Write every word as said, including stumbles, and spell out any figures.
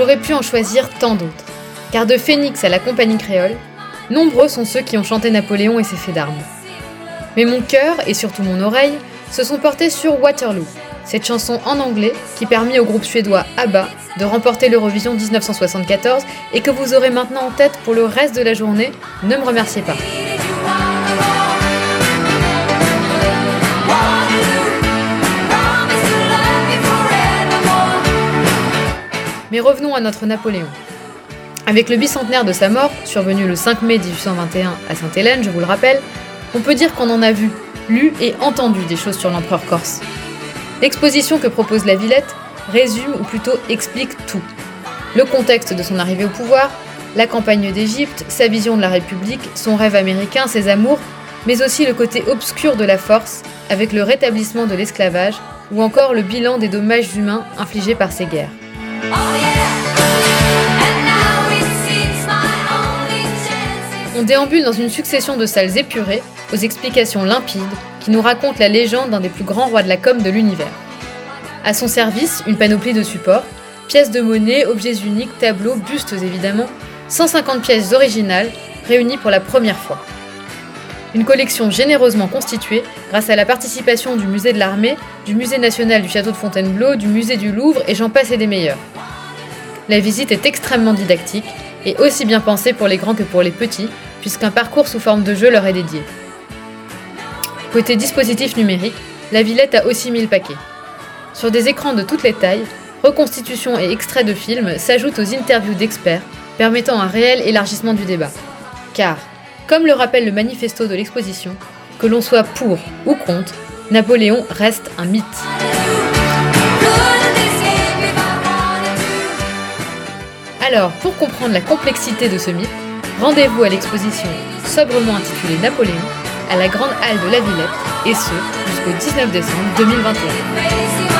j'aurais pu en choisir tant d'autres. Car de Phénix à la compagnie créole, nombreux sont ceux qui ont chanté Napoléon et ses faits d'armes. Mais mon cœur, et surtout mon oreille, se sont portés sur Waterloo, cette chanson en anglais qui permit au groupe suédois ABBA de remporter l'Eurovision dix-neuf cent soixante-quatorze et que vous aurez maintenant en tête pour le reste de la journée. Ne me remerciez pas. Mais revenons à notre Napoléon. Avec le bicentenaire de sa mort, survenu le cinq mai dix-huit cent vingt et un à Sainte-Hélène, je vous le rappelle, on peut dire qu'on en a vu, lu et entendu des choses sur l'empereur corse. L'exposition que propose La Villette résume ou plutôt explique tout. Le contexte de son arrivée au pouvoir, la campagne d'Égypte, sa vision de la République, son rêve américain, ses amours, mais aussi le côté obscur de la force, avec le rétablissement de l'esclavage, ou encore le bilan des dommages humains infligés par ces guerres. On déambule dans une succession de salles épurées, aux explications limpides, qui nous racontent la légende d'un des plus grands rois de la com de l'univers. À son service, une panoplie de supports, pièces de monnaie, objets uniques, tableaux, bustes évidemment, cent cinquante pièces originales, réunies pour la première fois. Une collection généreusement constituée grâce à la participation du musée de l'armée, du musée national du château de Fontainebleau, du musée du Louvre et j'en passe et des meilleurs. La visite est extrêmement didactique et aussi bien pensée pour les grands que pour les petits, puisqu'un parcours sous forme de jeu leur est dédié. Côté dispositif numérique, La Villette a aussi mis le paquet. Sur des écrans de toutes les tailles, reconstitutions et extraits de films s'ajoutent aux interviews d'experts, permettant un réel élargissement du débat. Car, comme le rappelle le manifesto de l'exposition, que l'on soit pour ou contre, Napoléon reste un mythe. Alors, pour comprendre la complexité de ce mythe, rendez-vous à l'exposition sobrement intitulée Napoléon, à la Grande Halle de La Villette, et ce, jusqu'au dix-neuf décembre deux mille vingt et un.